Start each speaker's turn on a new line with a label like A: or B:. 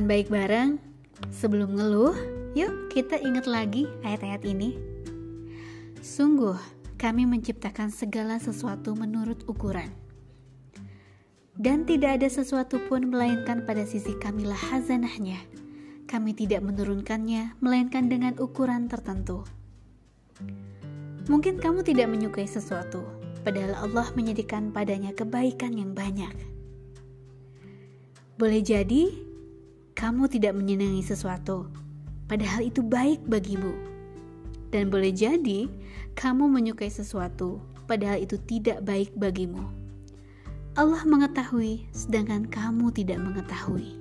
A: Teman baik bareng, sebelum ngeluh, yuk kita ingat lagi ayat-ayat ini. Sungguh, kami menciptakan segala sesuatu menurut ukuran. Dan tidak ada sesuatu pun melainkan pada sisi kamilah hazanahnya. Kami tidak menurunkannya, melainkan dengan ukuran tertentu. Mungkin kamu tidak menyukai sesuatu, padahal Allah menyediakan padanya kebaikan yang banyak. Boleh jadi, kamu tidak menyenangi sesuatu, padahal itu baik bagimu. Dan boleh jadi, kamu menyukai sesuatu, padahal itu tidak baik bagimu. Allah mengetahui, sedangkan kamu tidak mengetahui.